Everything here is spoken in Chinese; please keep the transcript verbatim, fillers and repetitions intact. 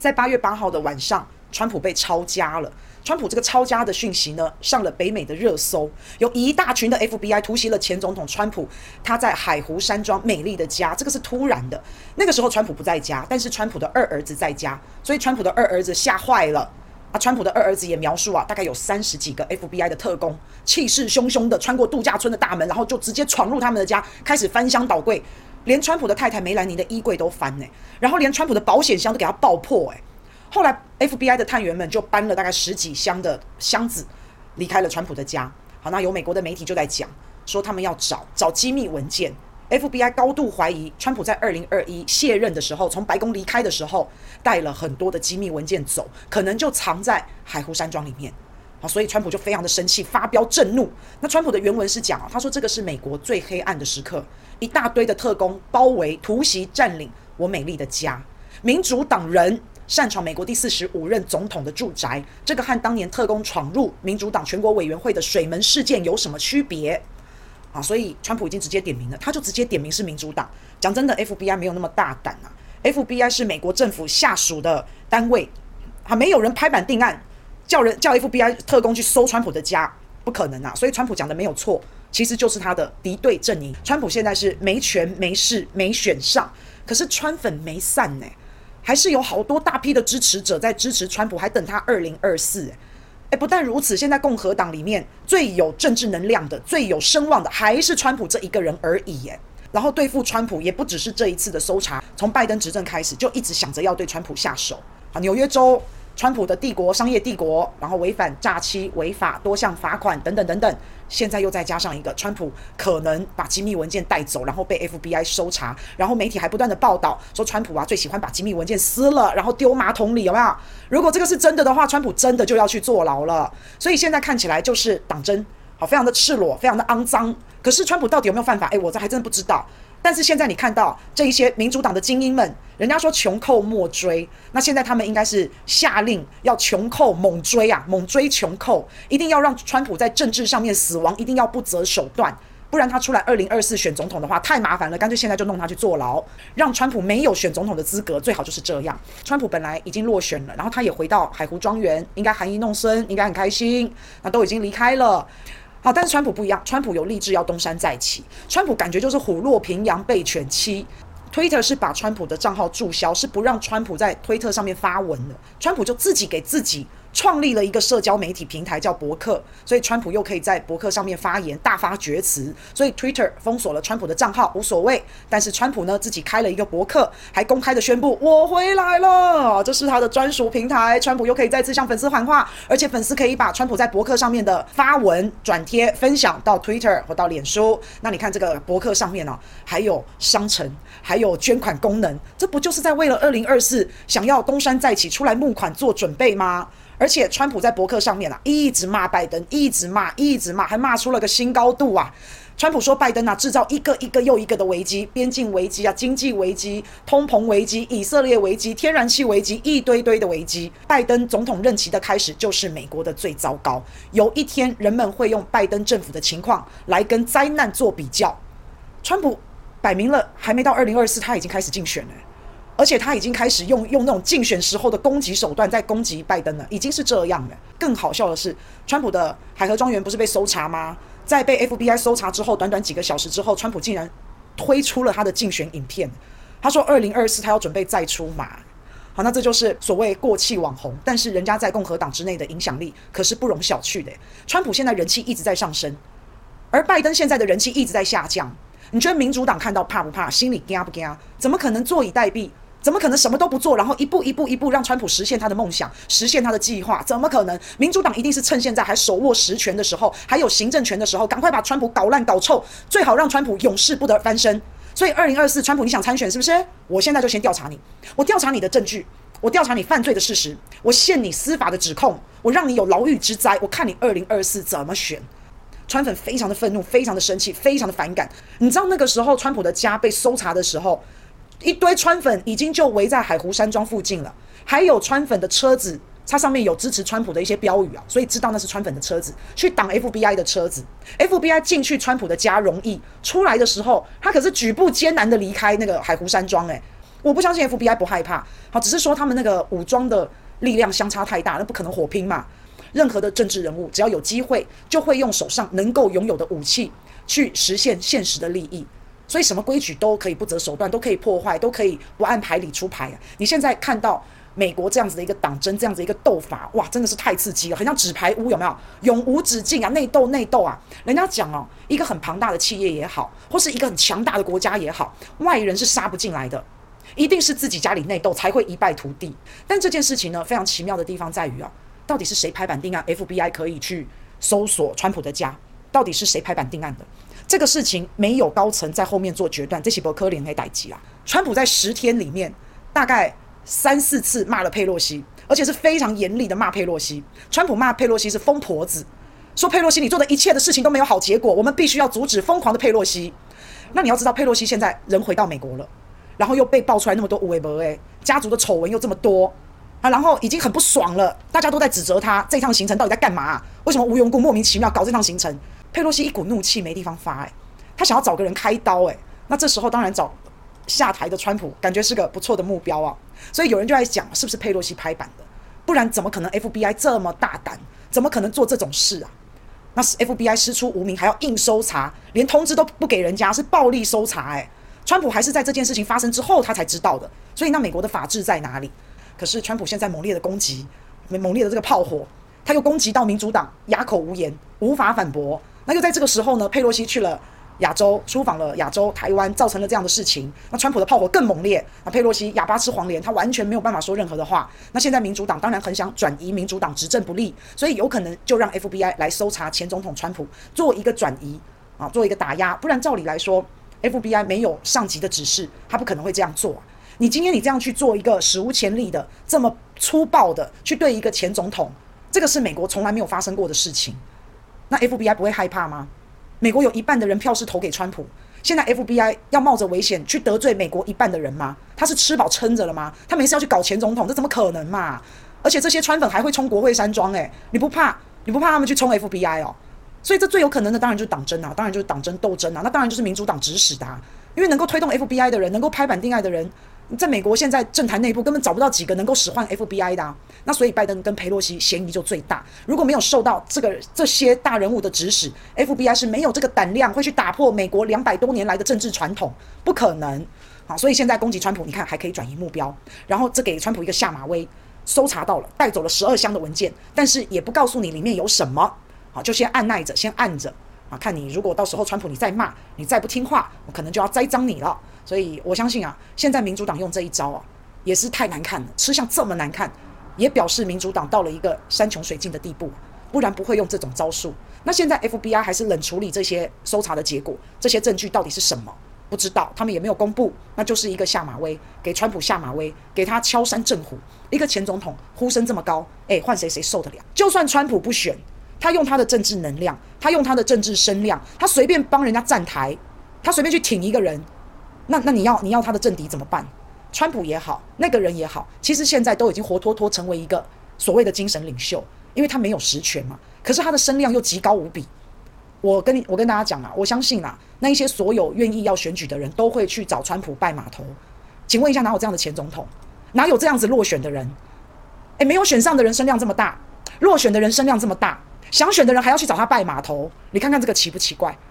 在八月八号的晚上，川普被抄家了。川普这个抄家的讯息呢，上了北美的热搜，有一大群的 F B I 突袭了前总统川普他在海湖山庄美丽的家，这个是突然的。那个时候川普不在家，但是川普的二儿子在家，所以川普的二儿子吓坏了啊！川普的二儿子也描述啊，大概有三十几个 F B I 的特工，气势汹汹的穿过度假村的大门，然后就直接闯入他们的家，开始翻箱倒柜，连川普的太太梅兰妮的衣柜都翻呢、欸，然后连川普的保险箱都给他爆破哎、欸。后来 F B I 的探员们就搬了大概十几箱的箱子离开了川普的家。好，那有美国的媒体就在讲说他们要找找机密文件。F B I 高度怀疑川普在二零二一卸任的时候，从白宫离开的时候带了很多的机密文件走，可能就藏在海湖山庄里面。好，所以川普就非常的生气，发飙震怒。那川普的原文是讲，他说这个是美国最黑暗的时刻，一大堆的特工包围、突袭、占领我美丽的家，民主党人擅闯美国第四十五任总统的住宅，这个和当年特工闯入民主党全国委员会的水门事件有什么区别？啊，所以川普已经直接点名了，他就直接点名是民主党。讲真的 ，F B I 没有那么大胆啊 ，F B I 是美国政府下属的单位，还没有人拍板定案，叫人叫 F B I 特工去搜川普的家，不可能啊。所以川普讲的没有错，其实就是他的敌对阵营。川普现在是没权没势没选上，可是川粉没散呢、欸。还是有好多大批的支持者在支持川普，还等他二零二四。哎，不但如此，现在共和党里面最有政治能量的、最有声望的，还是川普这一个人而已。哎，然后对付川普也不只是这一次的搜查，从拜登执政开始就一直想着要对川普下手。啊，纽约州川普的帝国商业帝国，然后违反诈欺、违法多项罚款等等等等，现在又再加上一个川普可能把机密文件带走，然后被 F B I 搜查，然后媒体还不断的报道说川普啊最喜欢把机密文件撕了，然后丢马桶里，有没有？如果这个是真的的话，川普真的就要去坐牢了。所以现在看起来就是党争，好，非常的赤裸，非常的肮脏。可是川普到底有没有犯法？哎，我这还真的不知道。但是现在你看到这一些民主党的精英们，人家说穷寇莫追，那现在他们应该是下令要穷寇猛追啊，猛追穷寇，一定要让川普在政治上面死亡，一定要不择手段，不然他出来二零二四选总统的话太麻烦了，干脆现在就弄他去坐牢，让川普没有选总统的资格，最好就是这样。川普本来已经落选了，然后他也回到海湖庄园，应该含饴弄孙，应该很开心，那都已经离开了。好，但是川普不一样，川普有立志要东山再起，川普感觉就是虎落平阳被犬欺。Twitter 是把川普的账号注销，是不让川普在推特上面发文的。川普就自己给自己创立了一个社交媒体平台叫博客，所以川普又可以在博客上面发言，大发厥词。所以 Twitter 封锁了川普的账号无所谓，但是川普呢自己开了一个博客，还公开的宣布我回来了，这是他的专属平台。川普又可以再次向粉丝喊话，而且粉丝可以把川普在博客上面的发文转贴分享到 Twitter 或到脸书。那你看这个博客上面呢、啊，还有商城，还有有捐款功能，这不就是在为了二零二四想要东山再起出来募款做准备吗？而且川普在博客上面啊，一直骂拜登，一直骂，一直骂，还骂出了个新高度啊！川普说拜登啊，制造一个一个又一个的危机，边境危机啊，经济危机，通膨危机，以色列危机，天然气危机，一堆堆的危机。拜登总统任期的开始就是美国的最糟糕，有一天人们会用拜登政府的情况来跟灾难做比较。川普摆明了还没到二零二四，他已经开始竞选了，而且他已经开始用用那种竞选时候的攻击手段在攻击拜登了，已经是这样了。更好笑的是，川普的海河庄园不是被搜查吗？在被 F B I 搜查之后，短短几个小时之后，川普竟然推出了他的竞选影片。他说二零二四他要准备再出马。好，那这就是所谓过气网红，但是人家在共和党之内的影响力可是不容小觑的。川普现在人气一直在上升，而拜登现在的人气一直在下降。你觉得民主党看到怕不怕？心里怕不怕？怎么可能坐以待毙？怎么可能什么都不做，然后一步一步一步让川普实现他的梦想，实现他的计划？怎么可能？民主党一定是趁现在还手握实权的时候，还有行政权的时候，赶快把川普搞烂搞臭，最好让川普永世不得翻身。所以二零二四川普你想参选是不是？我现在就先调查你，我调查你的证据，我调查你犯罪的事实，我限你司法的指控，我让你有牢狱之灾，我看你二零二四怎么选。川粉非常的愤怒，非常的生气，非常的反感。你知道那个时候川普的家被搜查的时候，一堆川粉已经就围在海湖山庄附近了，还有川粉的车子，它上面有支持川普的一些标语啊，所以知道那是川粉的车子，去挡 F B I 的车子。F B I 进去川普的家容易，出来的时候他可是举步艰难的离开那个海湖山庄。哎， 我不相信 F B I 不害怕，好，只是说他们那个武装的力量相差太大，那不可能火拼嘛。任何的政治人物只要有机会，就会用手上能够拥有的武器去实现现实的利益。所以什么规矩都可以不择手段，都可以破坏，都可以不按牌理出牌啊！你现在看到美国这样子的一个党争，这样子一个斗法，哇，真的是太刺激了，很像纸牌屋，有没有？永无止境啊，内斗内斗啊！人家讲哦，一个很庞大的企业也好，或是一个很强大的国家也好，外人是杀不进来的，一定是自己家里内斗才会一败涂地。但这件事情呢，非常奇妙的地方在于啊，到底是谁拍板定案 ？F B I 可以去搜索川普的家，到底是谁拍板定案的？这个事情没有高层在后面做决断，这是不可能的代志啦。川普在十天里面大概三四次骂了佩洛西，而且是非常严厉的骂佩洛西。川普骂佩洛西是疯婆子，说佩洛西你做的一切的事情都没有好结果，我们必须要阻止疯狂的佩洛西。那你要知道，佩洛西现在人回到美国了，然后又被爆出来那么多有的没的，家族的丑闻又这么多啊，然后已经很不爽了，大家都在指责他这趟行程到底在干嘛、啊？为什么无缘无故莫名其妙搞这趟行程？佩洛西一股怒气没地方发、欸，他想要找个人开刀、欸，那这时候当然找下台的川普，感觉是个不错的目标啊。所以有人就在讲，是不是佩洛西拍板的？不然怎么可能 F B I 这么大胆？怎么可能做这种事啊？那是 F B I 师出无名，还要硬搜查，连通知都不给人家，是暴力搜查、欸。川普还是在这件事情发生之后他才知道的。所以那美国的法治在哪里？可是川普现在猛烈的攻击，猛烈的这个炮火，他又攻击到民主党，哑口无言，无法反驳。那又在这个时候呢，佩洛西去了亚洲，出访了亚洲、台湾，造成了这样的事情。那川普的炮火更猛烈，那佩洛西哑巴吃黄连，他完全没有办法说任何的话。那现在民主党当然很想转移民主党执政不利，所以有可能就让 F B I 来搜查前总统川普，做一个转移啊，做一个打压。不然照理来说 ，F B I 没有上级的指示，他不可能会这样做、啊。你今天你这样去做一个史无前例的、这么粗暴的去对一个前总统，这个是美国从来没有发生过的事情。那 F B I 不会害怕吗？美国有一半的人票是投给川普，现在 F B I 要冒着危险去得罪美国一半的人吗？他是吃饱撑着了吗？他没事要去搞前总统，这怎么可能嘛？而且这些川粉还会冲国会山庄、欸，你不怕？你不怕他们去冲 F B I 哦？所以这最有可能的当然就是党争啊，当然就是党争斗争啊，那当然就是民主党指使的啊，因为能够推动 F B I 的人，能够拍板定案的人。在美国现在政坛内部根本找不到几个能够使唤 F B I 的、啊，那所以拜登跟裴洛西嫌疑就最大。如果没有受到这个这些大人物的指使 ，F B I 是没有这个胆量会去打破美国两百多年来的政治传统，不可能。好，所以现在攻击川普，你看还可以转移目标，然后这给川普一个下马威，搜查到了，带走了十二箱的文件，但是也不告诉你里面有什么，好，就先按耐着，先按着。啊，看你如果到时候川普你再骂，你再不听话，我可能就要栽赃你了。所以我相信啊，现在民主党用这一招啊，也是太难看了，吃相这么难看，也表示民主党到了一个山穷水尽的地步，不然不会用这种招数。那现在 F B I 还是冷处理这些搜查的结果，这些证据到底是什么？不知道，他们也没有公布，那就是一个下马威，给川普下马威，给他敲山震虎。一个前总统呼声这么高，哎，换谁谁受得了？就算川普不选。他用他的政治能量，他用他的政治声量，他随便帮人家站台，他随便去挺一个人，那那你要你要他的政敌怎么办？川普也好，那个人也好，其实现在都已经活脱脱成为一个所谓的精神领袖，因为他没有实权嘛，可是他的声量又极高无比。我跟你我跟大家讲啊，我相信啊，那一些所有愿意要选举的人都会去找川普拜码头。请问一下，哪有这样的前总统？哪有这样子落选的人？哎，没有选上的人声量这么大，落选的人声量这么大。想选的人还要去找他拜码头，你看看这个奇不奇怪？